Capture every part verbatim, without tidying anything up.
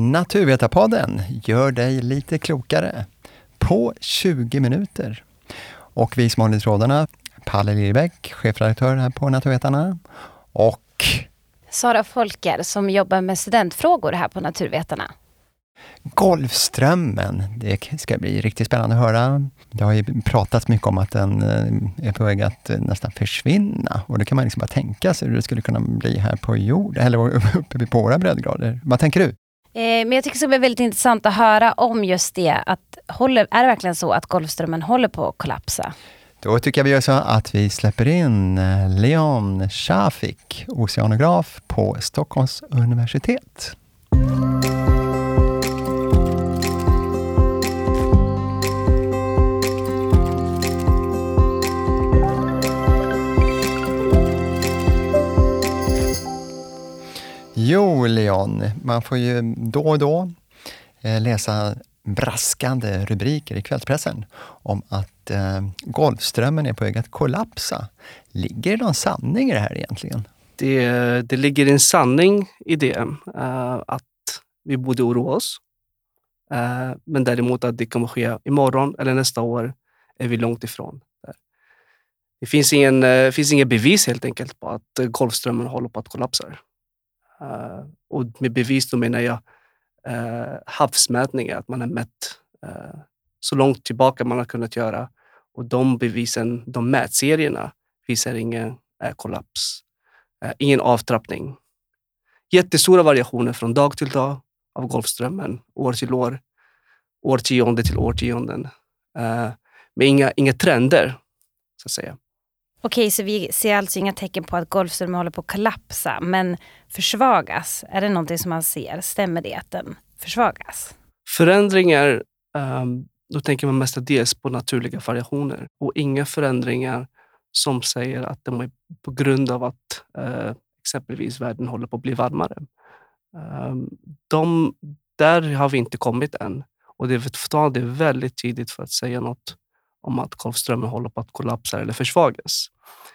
Naturvetarpodden gör dig lite klokare på tjugo minuter. Och vi som håller i trådarna, Palle Lirbäck, chefredaktör här på Naturvetarna, och Sara Folker som jobbar med studentfrågor här på Naturvetarna. Golfströmmen, det ska bli riktigt spännande att höra. Det har ju pratats mycket om att den är på väg att nästan försvinna. Och det kan man liksom bara tänka sig hur det skulle kunna bli här på jorden, eller uppe på våra breddgrader. Vad tänker du? Eh, men jag tycker det ska bli väldigt intressant att höra om just det. Att håller, är det verkligen så att Golfströmmen håller på att kollapsa? Då tycker jag vi gör så att vi släpper in Leon Shafik, oceanograf på Stockholms universitet. Jo, Leon, man får ju då och då eh, läsa braskande rubriker i kvällspressen om att eh, Golfströmmen är på väg att kollapsa. Ligger det någon sanning i det här egentligen? Det, det ligger en sanning i det, uh, att vi borde oroa oss. Uh, men däremot att det kommer ske imorgon eller nästa år är vi långt ifrån. Det finns ingen, uh, finns ingen bevis helt enkelt på att uh, Golfströmmen håller på att kollapsa. Uh, och med bevis då menar jag uh, havsmätningar, att man har mätt uh, så långt tillbaka man har kunnat göra, och de bevisen, de mätserierna visar ingen uh, kollaps, uh, ingen avtrappning. Jättestora variationer från dag till dag av Golfströmmen, år till år, årtionde till årtionden, uh, med inga, inga trender så att säga. Okej, så vi ser alltså inga tecken på att Golfströmmen håller på att kollapsa, men försvagas. Är det någonting som man ser? Stämmer det att den försvagas? Förändringar, um, då tänker man mestadels på naturliga variationer. Och inga förändringar som säger att de är på grund av att uh, exempelvis världen håller på att bli varmare. Um, de, där har vi inte kommit än. Och det är väldigt tidigt för att säga något om att Golfströmmen håller på att kollapsa eller försvagas.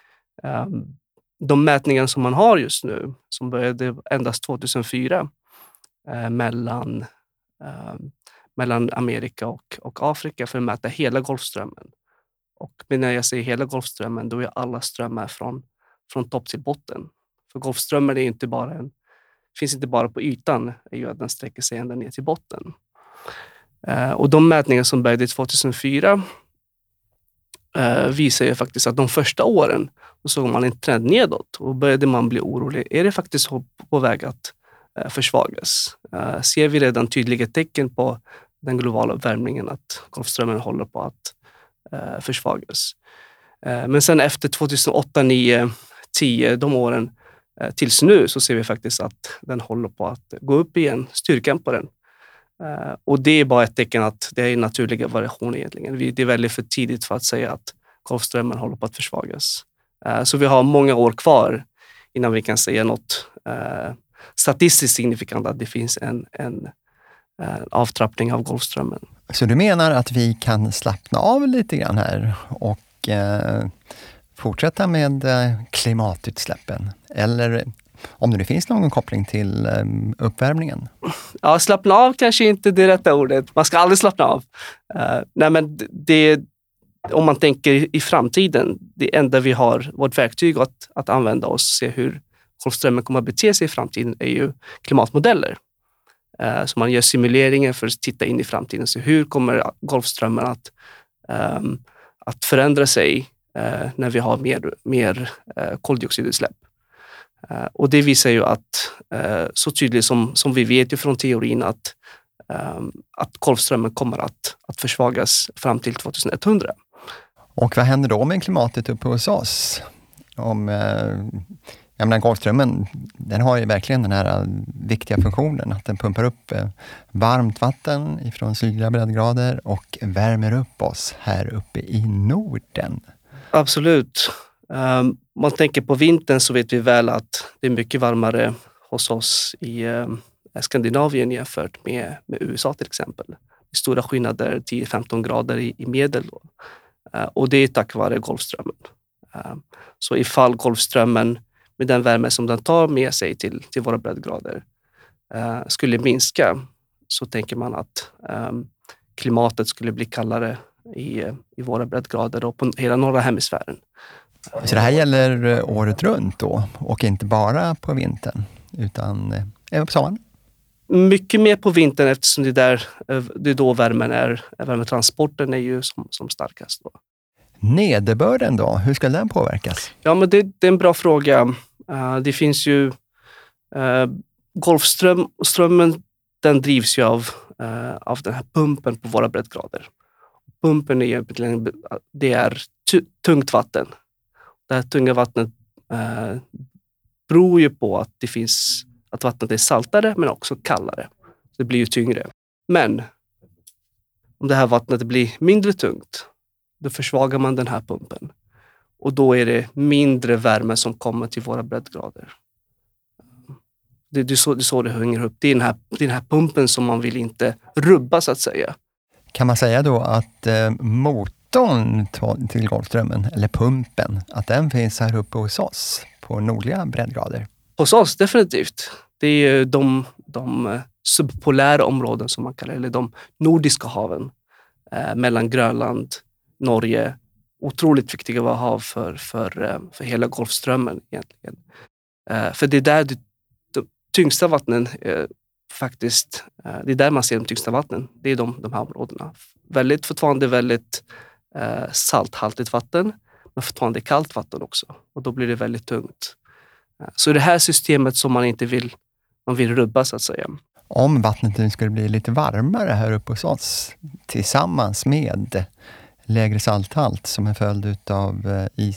Um, de mätningar som man har just nu, som började endast tjugohundrafyra eh, mellan, eh, mellan Amerika och, och Afrika för att mäta hela Golfströmmen. Och när jag säger hela Golfströmmen, då är alla strömmar från, från topp till botten. För Golfströmmen är inte bara en, finns inte bara på ytan, är ju att den sträcker sig ända ner till botten. Eh, och de mätningar som började tjugohundrafyra Uh, visar ju faktiskt att de första åren så såg man en trend nedåt och började man bli orolig. Är det faktiskt på väg att uh, försvagas? Uh, ser vi redan tydliga tecken på den globala uppvärmningen att Golfströmmen håller på att uh, försvagas? Uh, men sen efter tjugohundraåtta, nio, tio, de åren uh, tills nu, så ser vi faktiskt att den håller på att gå upp igen, styrkan på den. Uh, och det är bara ett tecken att det är naturliga variationer egentligen. Vi, det är väldigt för tidigt för att säga att Golfströmmen håller på att försvagas. Uh, så vi har många år kvar innan vi kan säga något uh, statistiskt signifikant att det finns en, en uh, avtrappning av Golfströmmen. Så du menar att vi kan slappna av lite grann här och uh, fortsätta med uh, klimatutsläppen? Eller om det finns någon koppling till um, uppvärmningen? Ja, slappna av kanske inte det rätta ordet. Man ska aldrig slappna av. Uh, nej, men det, om man tänker i framtiden, det enda vi har, vårt verktyg att, att använda oss, se hur Golfströmmen kommer att bete sig i framtiden, är ju klimatmodeller. Uh, så man gör simuleringar för att titta in i framtiden. Så hur kommer Golfströmmen att, um, att förändra sig uh, när vi har mer, mer uh, koldioxidutsläpp? Uh, och det visar ju att uh, så tydligt som, som vi vet ju från teorin att, um, att Golfströmmen kommer att, att försvagas fram till tjugohundra. Och vad händer då med klimatet uppe hos oss? Om, uh, jag menar, Golfströmmen, den har ju verkligen den här uh, viktiga funktionen att den pumpar upp uh, varmt vatten ifrån sydliga breddgrader och värmer upp oss här uppe i Norden. Absolut. Um, man tänker på vintern, så vet vi väl att det är mycket varmare hos oss i uh, Skandinavien jämfört med, med U S A till exempel. Stora skillnader, tio till femton grader i, i medel. Uh, och det är tack vare Golfströmmen. Uh, så ifall Golfströmmen med den värme som den tar med sig till, till våra breddgrader uh, skulle minska, så tänker man att um, klimatet skulle bli kallare i, i våra breddgrader och på hela norra hemisfären. Så det här gäller året runt då och inte bara på vintern utan även på sommaren? Mycket mer på vintern eftersom det är, där, det är då värmen är, värmetransporten är ju som, som starkast. Då. Nederbörden då, hur ska den påverkas? Ja, men det, det är en bra fråga. Uh, det finns ju uh, Golfström, strömmen den drivs ju av, uh, av den här pumpen på våra breddgrader. Pumpen är det är t- tungt vatten. Det här tunga vattnet uh, beror ju på att det finns att vattnet är saltare men också kallare. Det blir ju tyngre. Men om det här vattnet blir mindre tungt, då försvagar man den här pumpen. Och då är det mindre värme som kommer till våra breddgrader. Det, det, är, så, det är så det hänger upp. Det är den här, det är den här pumpen som man vill inte rubba så att säga. Kan man säga då att eh, motorn till Golfströmmen, eller pumpen, att den finns här uppe hos oss på nordliga breddgrader? Hos oss definitivt. Det är de, de subpolära områden som man kallar det, eller de nordiska haven eh, mellan Grönland, Norge. Otroligt viktiga hav för, för, för hela Golfströmmen egentligen. Eh, för det är där det, de tyngsta vattnen eh, faktiskt, eh, det är där man ser de tyngsta vattnen. Det är de, de här områdena. Väldigt, fortfarande väldigt eh, salthaltigt vatten, men fortfarande kallt vatten också. Och då blir det väldigt tungt. Eh, så det här systemet som man inte vill, man vill rubba så att säga. Om vattnet nu skulle bli lite varmare här uppe hos oss tillsammans med lägre salthalt som en följd av i,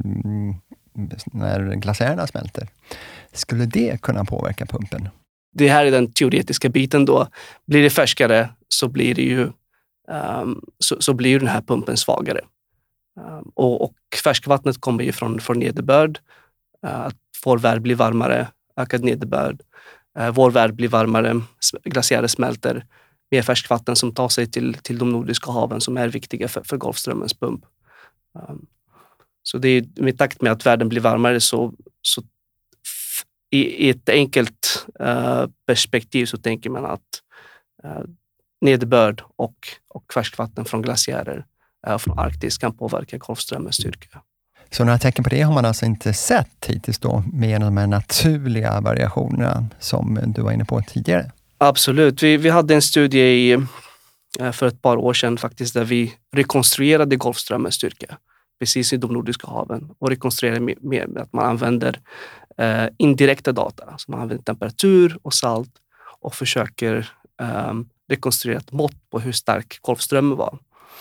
när glaciärerna smälter. Skulle det kunna påverka pumpen? Det här är den teoretiska biten då. Blir det färskare så blir det ju um, så, så blir den här pumpen svagare. Um, och, och färskvattnet kommer ju från, från nederbörd. Uh, vår värld blir varmare, ökad nederbörd. Uh, vår värld blir varmare, glaciärer smälter. Mer färskvatten som tar sig till, till de nordiska haven som är viktiga för, för Golfströmmens pump. Um, så det är med takt med att världen blir varmare så, så f- i, i ett enkelt uh, perspektiv så tänker man att uh, nederbörd och, och färskvatten från glaciärer uh, från Arktis kan påverka Golfströmmens styrka. Så några tecken på det har man alltså inte sett hittills då med de här naturliga variationerna som du var inne på tidigare? Absolut. Vi, vi hade en studie i, för ett par år sedan faktiskt där vi rekonstruerade Golfströmmens styrka precis i de nordiska haven och rekonstruerade med, med att man använder eh, indirekta data. Så man använder temperatur och salt och försöker eh, rekonstruera ett mått på hur stark Golfströmmen var.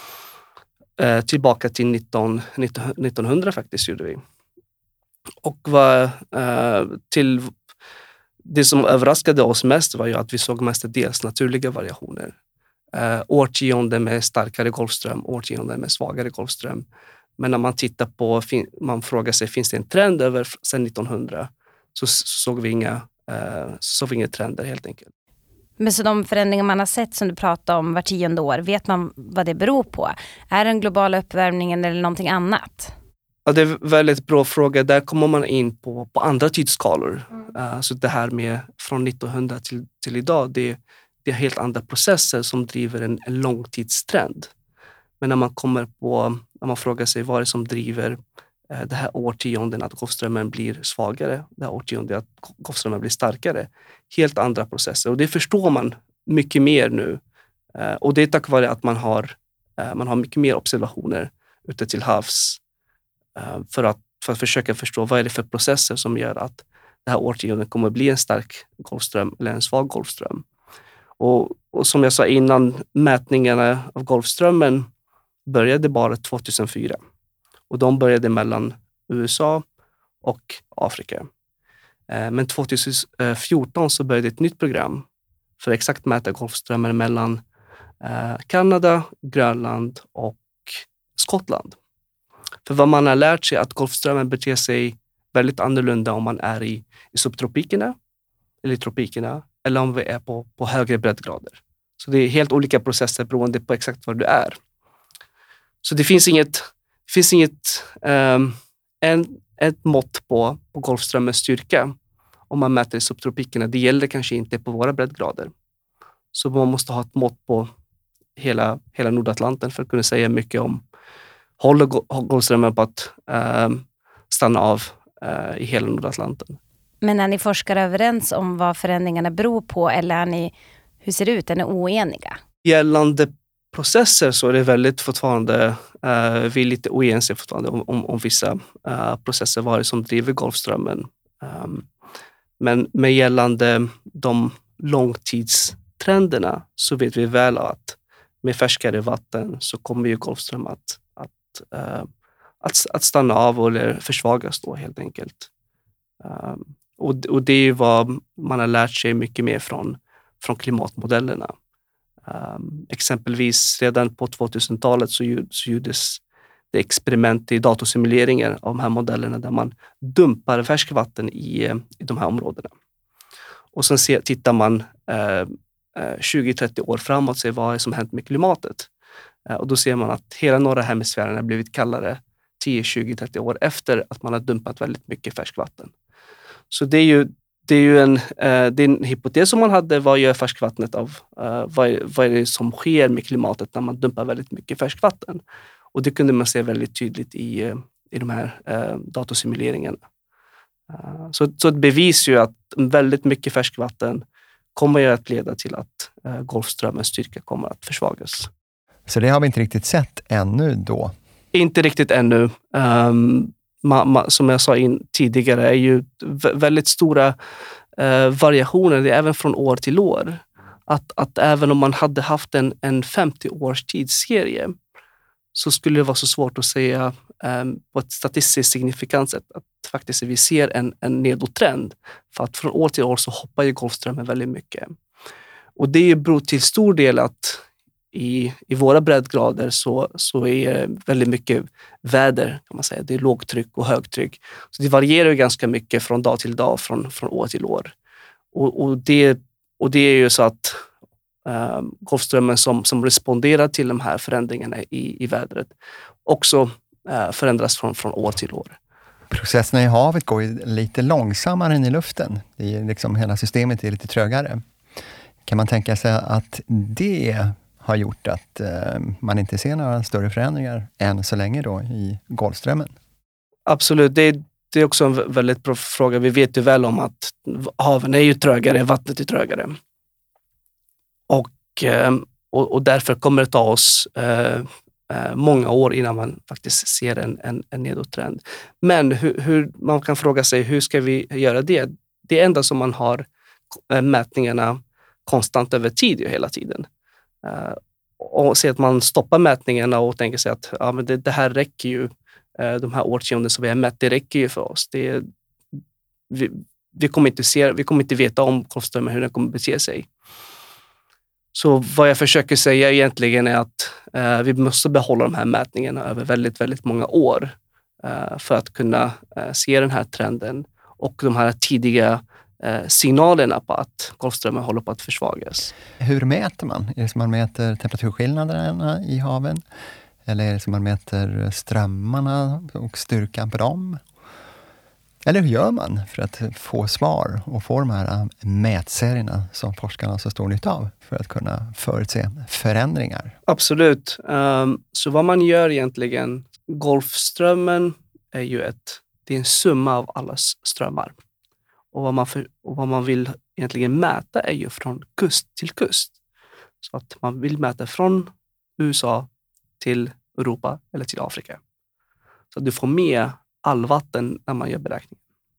Eh, tillbaka till nitton, nittonhundra faktiskt gjorde vi. Och var eh, till det som överraskade oss mest var ju att vi såg mestadels naturliga variationer. Eh, årtionden med starkare Golfström, årtionden med svagare Golfström. Men när man tittar på, man frågar sig, finns det en trend över sedan nittonhundra? Så, så såg vi inga, eh, såg vi inga trender helt enkelt. Men så de förändringar man har sett som du pratar om var tionde år, vet man vad det beror på? Är det den globala uppvärmningen eller någonting annat? Ja, det är en väldigt bra fråga. Där kommer man in på, på andra tidsskalor. Mm. Uh, så det här med från nittonhundra till, till idag, det, det är helt andra processer som driver en, en långtidstrend. Men när man kommer på, när man frågar sig vad är det som driver uh, det här årtionden att Golfströmmen blir svagare, det här årtionden att Golfströmmen blir starkare. Helt andra processer och det förstår man mycket mer nu. Uh, och det är tack vare att man har, uh, man har mycket mer observationer ute till havs. För att, för att försöka förstå vad är det för processer som gör att det här årtiondet kommer att bli en stark Golfström eller en svag Golfström. Och, och som jag sa innan, mätningarna av Golfströmmen började bara tvåtusenfyra. Och de började mellan U S A och Afrika. Men tjugohundrafjorton så började ett nytt program för att exakt mäta Golfströmmen mellan Kanada, Grönland och Skottland. För vad man har lärt sig att Golfströmmen beter sig väldigt annorlunda om man är i, i subtropikerna eller i tropikerna eller om vi är på, på högre breddgrader. Så det är helt olika processer beroende på exakt var du är. Så det finns inget, det finns inget um, en, ett mått på, på Golfströmmens styrka om man mäter i subtropikerna. Det gäller kanske inte på våra breddgrader. Så man måste ha ett mått på hela, hela Nordatlanten för att kunna säga mycket om håller Golfströmmen på att eh, stanna av eh, i hela Nordatlanten. Men är ni forskare överens om vad förändringarna beror på, eller är ni, hur ser det ut, är ni oeniga? Gällande processer så är det väldigt fortfarande, eh, vi är lite oense fortfarande om, om, om vissa eh, processer, vad det som driver Golfströmmen. Um, men med gällande de långtidstrenderna så vet vi väl att med färskare vatten så kommer ju Golfström att, att, uh, att, att stanna av eller försvagas då helt enkelt. Um, och, och det är vad man har lärt sig mycket mer från, från klimatmodellerna. Um, exempelvis redan på tvåtusentalet så, gjord, så gjordes det experiment i datorsimuleringar av de här modellerna där man dumpar färskvatten i, i de här områdena. Och sen ser, tittar man uh, tjugo till trettio år framåt och ser vad som hänt med klimatet. Uh, och då ser man att hela norra hemisfären har blivit kallare tio, tjugo, trettio år efter att man har dumpat väldigt mycket färskvatten. Så det är ju Det är ju en, eh, det är en hypotes som man hade. Vad gör färskvattnet av? Eh, vad, är, vad är det som sker med klimatet när man dumpar väldigt mycket färskvatten? Och det kunde man se väldigt tydligt i, i de här eh, datorsimuleringarna. Uh, så, så det bevisar ju att väldigt mycket färskvatten kommer ju att leda till att eh, Golfströmmens styrka kommer att försvagas. Så det har vi inte riktigt sett ännu då? Inte riktigt ännu. Um, Ma, ma, som jag sa in tidigare är ju v- väldigt stora eh, variationer, det är även från år till år. Att, att även om man hade haft en, en femtio års tidsserie så skulle det vara så svårt att säga eh, på ett statistiskt signifikant sätt att faktiskt vi ser en, en nedåttrend. För att från år till år så hoppar ju Golfströmmen väldigt mycket. Och det beror till stor del att I, i våra breddgrader så, så är det väldigt mycket väder kan man säga. Det är lågtryck och högtryck. Så det varierar ju ganska mycket från dag till dag, från, från år till år. Och, och, det, och det är ju så att eh, Golfströmmen som, som responderar till de här förändringarna i, i vädret också eh, förändras från, från år till år. Processerna i havet går ju lite långsammare än i luften. Det är liksom, hela systemet är lite trögare. Kan man tänka sig att det har gjort att eh, man inte ser några större förändringar än så länge då i Golfströmmen? Absolut, det är, det är också en väldigt bra fråga. Vi vet ju väl om att haven är ju trögare, vattnet är trögare. Och, eh, och, och därför kommer det ta oss eh, många år innan man faktiskt ser en, en, en nedåttrend. Men hur, hur, man kan fråga sig, hur ska vi göra det? Det enda som man har mätningarna konstant över tid hela tiden. Uh, och se att man stoppar mätningarna och tänker sig att ja, men det, det här räcker ju. Uh, de här årtionden som vi har mätt, det räcker ju för oss. Det, vi, vi, kommer inte se, vi kommer inte veta om Golfströmmen, hur den kommer bete sig. Så vad jag försöker säga egentligen är att uh, vi måste behålla de här mätningarna över väldigt, väldigt många år uh, för att kunna uh, se den här trenden och de här tidiga signalerna på att Golfströmmen håller på att försvagas. Hur mäter man? Är det som man mäter temperaturskillnaderna i haven? Eller är det som man mäter strömmarna och styrkan på dem? Eller hur gör man för att få svar och få de här mätserierna som forskarna har så stor nytta av för att kunna förutse förändringar? Absolut. Um, så vad man gör egentligen, Golfströmmen är ju ett, det är en summa av alla strömmar. Och vad, man för, och vad man vill egentligen mäta är ju från kust till kust. Så att man vill mäta från U S A till Europa eller till Afrika. Så att du får med all vatten när man gör beräkningen.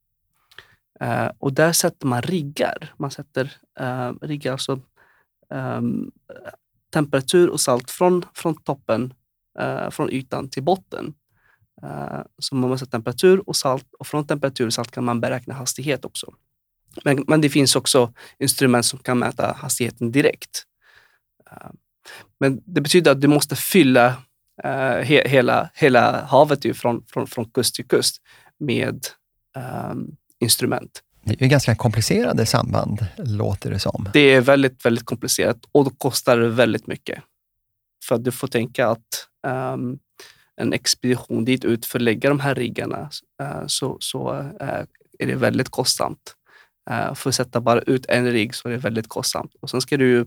Uh, och där sätter man riggar. Man sätter uh, riggar, alltså um, temperatur och salt från, från toppen, uh, från ytan till botten. Uh, så man måste temperatur och salt, och från temperatur och salt kan man beräkna hastighet också. Men, men det finns också instrument som kan mäta hastigheten direkt. Uh, men det betyder att du måste fylla uh, he, hela, hela havet ju från, från, från kust till kust med um, instrument. Det är ju ganska komplicerade samband, låter det som. Det är väldigt, väldigt komplicerat och då kostar det väldigt mycket. För att du får tänka att um, en expedition dit ut för att lägga de här riggarna uh, så, så uh, är det väldigt kostsamt. Uh, för att sätta bara ut en rigg så är det väldigt kostsamt. Och sen ska du ju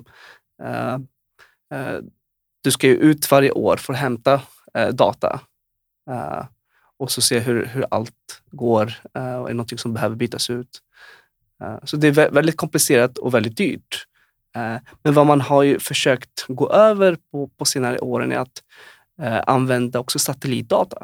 uh, uh, du ska ju ut varje år för att hämta uh, data. Uh, och så se hur, hur allt går uh, och är något som behöver bytas ut. Uh, så det är vä- väldigt komplicerat och väldigt dyrt. Uh, men vad man har ju försökt gå över på, på senare åren är att uh, använda också satellitdata.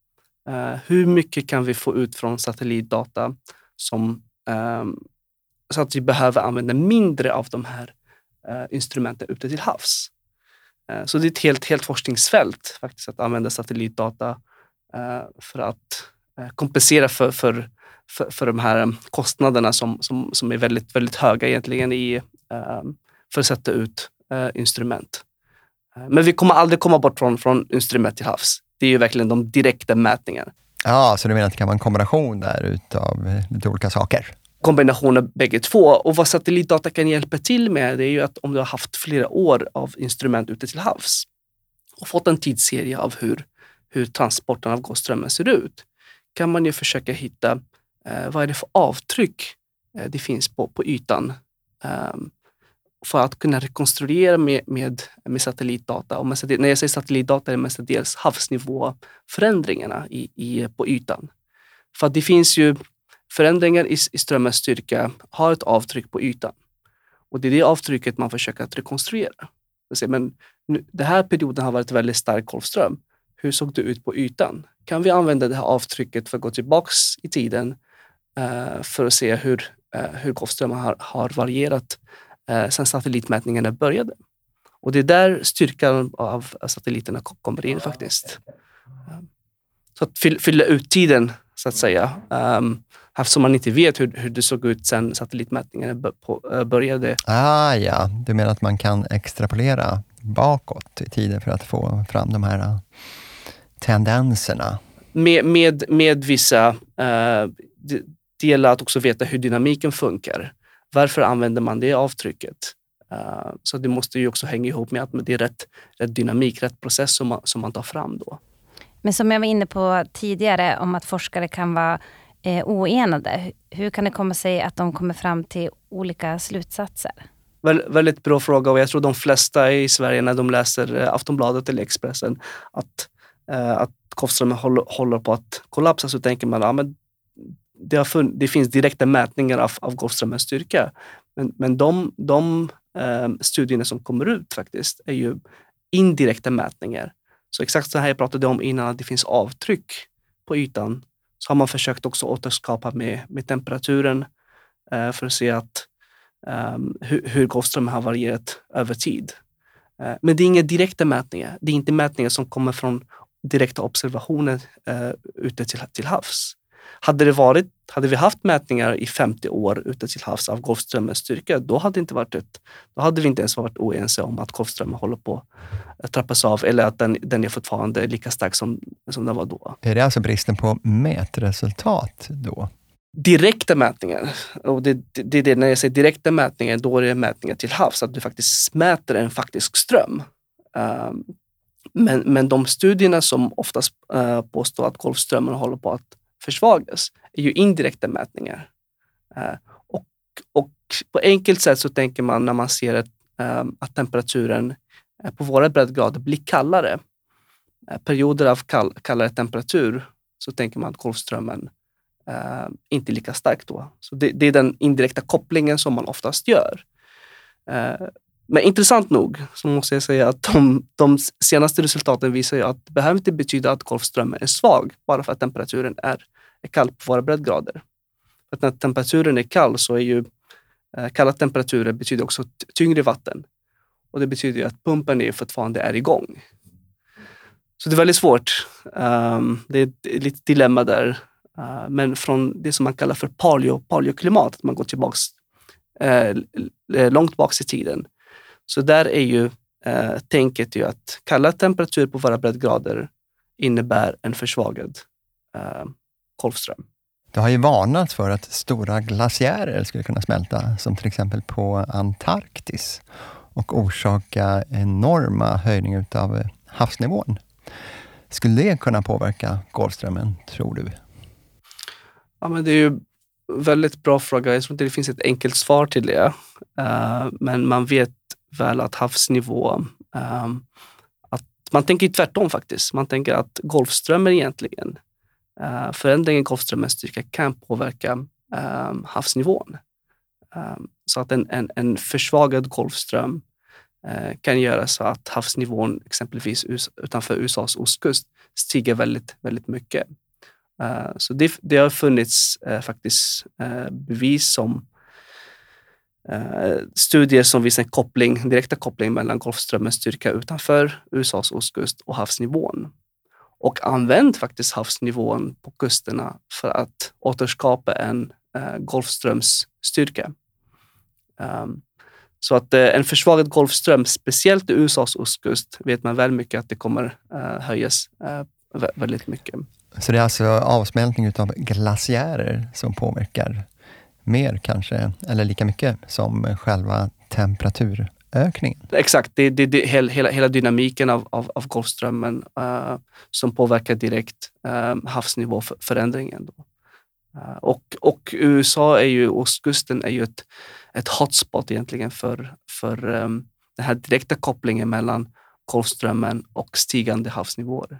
Uh, hur mycket kan vi få ut från satellitdata som, um, så att vi behöver använda mindre av de här uh, instrumenten ute till havs. Uh, så det är ett helt, helt forskningsfält faktiskt att använda satellitdata uh, för att uh, kompensera för, för, för, för de här kostnaderna som, som, som är väldigt, väldigt höga egentligen i, uh, för att sätta ut uh, instrument. Uh, men vi kommer aldrig komma bort från, från instrument till havs. Det är ju verkligen de direkta mätningarna. Ja, så du menar att det kan vara en kombination där utav lite olika saker? Kombinationer bägge två. Och vad satellitdata kan hjälpa till med, det är ju att om du har haft flera år av instrument ute till havs och fått en tidsserie av hur, hur transporten av Golfströmmen ser ut, kan man ju försöka hitta eh, vad är det för avtryck eh, det finns på, på ytan. Um, för att kunna rekonstruera med, med, med satellitdata. Och mestadels, när jag säger satellitdata är det mestadels havsnivåförändringarna i, i, på ytan. För att det finns ju förändringar i, i strömmens styrka har ett avtryck på ytan. Och det är det avtrycket man försöker att rekonstruera. Men nu, den här perioden har varit väldigt stark Golfström. Hur såg det ut på ytan? Kan vi använda det här avtrycket för att gå tillbaks i tiden uh, för att se hur, uh, hur Golfströmmen har, har varierat Eh, sen satellitmätningarna började. Och det är där styrkan av satelliterna kommer in faktiskt. Um, så att fylla, fylla ut tiden så att säga. Um, eftersom man inte vet hur, hur det såg ut sen satellitmätningarna b- på, uh, började. Ah ja, du menar att man kan extrapolera bakåt i tiden för att få fram de här uh, tendenserna? Med, med, med vissa uh, det gäller att också veta hur dynamiken funkar. Varför använder man det avtrycket? Uh, så det måste ju också hänga ihop med att det är rätt, rätt dynamik, rätt process som man, som man tar fram då. Men som jag var inne på tidigare om att forskare kan vara eh, oenade. Hur kan det komma sig att de kommer fram till olika slutsatser? Väl, väldigt bra fråga och jag tror de flesta i Sverige när de läser eh, Aftonbladet eller Expressen att, eh, att Golfströmmen håller, håller på att kollapsa så tänker man ja, men Det, har funn- det finns direkta mätningar av, av Golfströmmens styrka. Men, men de, de eh, studierna som kommer ut faktiskt är ju indirekta mätningar. Så exakt så här jag pratade om innan att det finns avtryck på ytan. Så har man försökt också återskapa med, med temperaturen eh, för att se att, eh, hur, hur Golfströmmen har varierat över tid. Eh, men det är inga direkta mätningar. Det är inte mätningar som kommer från direkta observationer eh, ute till, till havs. Hade det varit, hade vi haft mätningar i femtio år ute till havs av Golfströmmens styrka, då hade, inte varit ett, då hade vi inte ens varit oense om att Golfströmmen håller på att trappas av eller att den, den är fortfarande lika stark som, som den var då. Är det alltså bristen på mätresultat då? Direkta mätningar, och det, det, det är det, när jag säger direkta mätningar, då är det mätningar till havs, att du faktiskt mäter en faktisk ström. Um, men, men de studierna som oftast uh, påstår att Golfströmmen håller på att försvagas är ju indirekta mätningar. Uh, och, och på enkelt sätt så tänker man när man ser att, um, att temperaturen uh, på våra breddgrader blir kallare. Uh, perioder av kall, kallare temperatur så tänker man att Golfströmmen uh, inte är lika stark då. Så det, det är den indirekta kopplingen som man oftast gör. Uh, men intressant nog så måste jag säga att de, de senaste resultaten visar ju att det behöver inte betyda att Golfströmmen är svag bara för att temperaturen är, är kall på våra breddgrader. För att när temperaturen är kall så är ju eh, kalla temperaturer betyder också tyngre vatten. Och det betyder ju att pumpen är fortfarande är igång. Så det är väldigt svårt. Um, det är ett litet dilemma där. Uh, men från det som man kallar för paleo, paleoklimat, att man går tillbaks eh, långt bak i tiden. Så där är ju eh, tänket ju att kalla temperatur på våra breddgrader innebär en försvagad eh, Golfström. Det har ju varnats för att stora glaciärer skulle kunna smälta, som till exempel på Antarktis, och orsaka enorma höjningar av havsnivån. Skulle det kunna påverka Golfströmmen, tror du? Ja, men det är ju väldigt bra fråga. Jag tror inte det finns ett enkelt svar till det. Uh, men man vet väl att havsnivå, um, att man tänker tvärtom faktiskt. Man tänker att Golfströmmen egentligen, uh, förändringen i Golfströmmens styrka kan påverka um, havsnivån. Um, så att en, en, en försvagad Golfström uh, kan göra så att havsnivån exempelvis us- utanför U S A:s ostkust stiger väldigt, väldigt mycket. Uh, så det, det har funnits uh, faktiskt uh, bevis som uh, studier som visar en koppling, direkta koppling mellan Golfströmmens styrka utanför U S A:s ostkust och havsnivån. Och använt faktiskt havsnivån på kusterna för att återskapa en uh, Golfströmsstyrka. Um, så att uh, en försvagad Golfström, speciellt i U S A:s ostkust, vet man väl mycket att det kommer uh, höjas uh, väldigt mycket. Så det är alltså avsmältning av glaciärer som påverkar mer kanske, eller lika mycket som själva temperaturökningen? Exakt, det är det, det, hela, hela dynamiken av, av, av Golfströmmen uh, som påverkar direkt uh, havsnivåförändringen. Då. Uh, och, och U S A är ju, ostkusten är ju ett, ett hotspot egentligen för, för um, den här direkta kopplingen mellan Golfströmmen och stigande havsnivåer.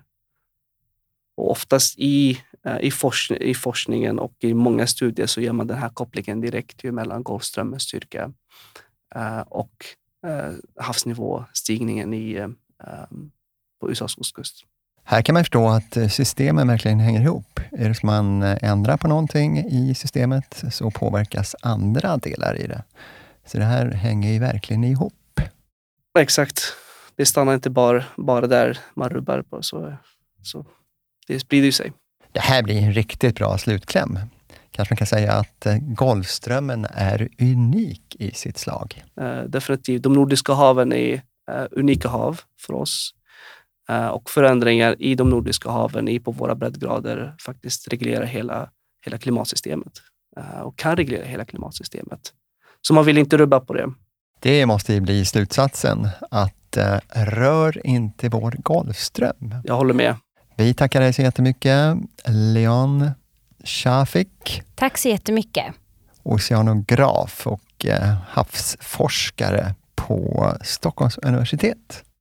Och oftast i, uh, i, forskning, i forskningen och i många studier så gör man den här kopplingen direkt ju mellan Golfströmmens styrka uh, och uh, havsnivåstigningen i, uh, på U S A:s ostkust. Här kan man förstå att systemen verkligen hänger ihop. Är det som man ändrar på någonting i systemet så påverkas andra delar i det. Så det här hänger ju verkligen ihop. Exakt. Det stannar inte bara, bara där man rubbar på. Så, så det sprider sig. Det här blir en riktigt bra slutkläm. Kanske man kan säga att Golfströmmen är unik i sitt slag. Uh, definitivt. De nordiska haven är uh, unika hav för oss. Uh, och förändringar i de nordiska haven i på våra breddgrader faktiskt reglerar hela, hela klimatsystemet. Uh, och kan reglera hela klimatsystemet. Så man vill inte rubba på det. Det måste ju bli slutsatsen. Att uh, rör inte vår Golfström. Jag håller med. Vi tackar dig så jättemycket. Leon Shafik. Tack så jättemycket. Oceanograf och uh, havsforskare på Stockholms universitet.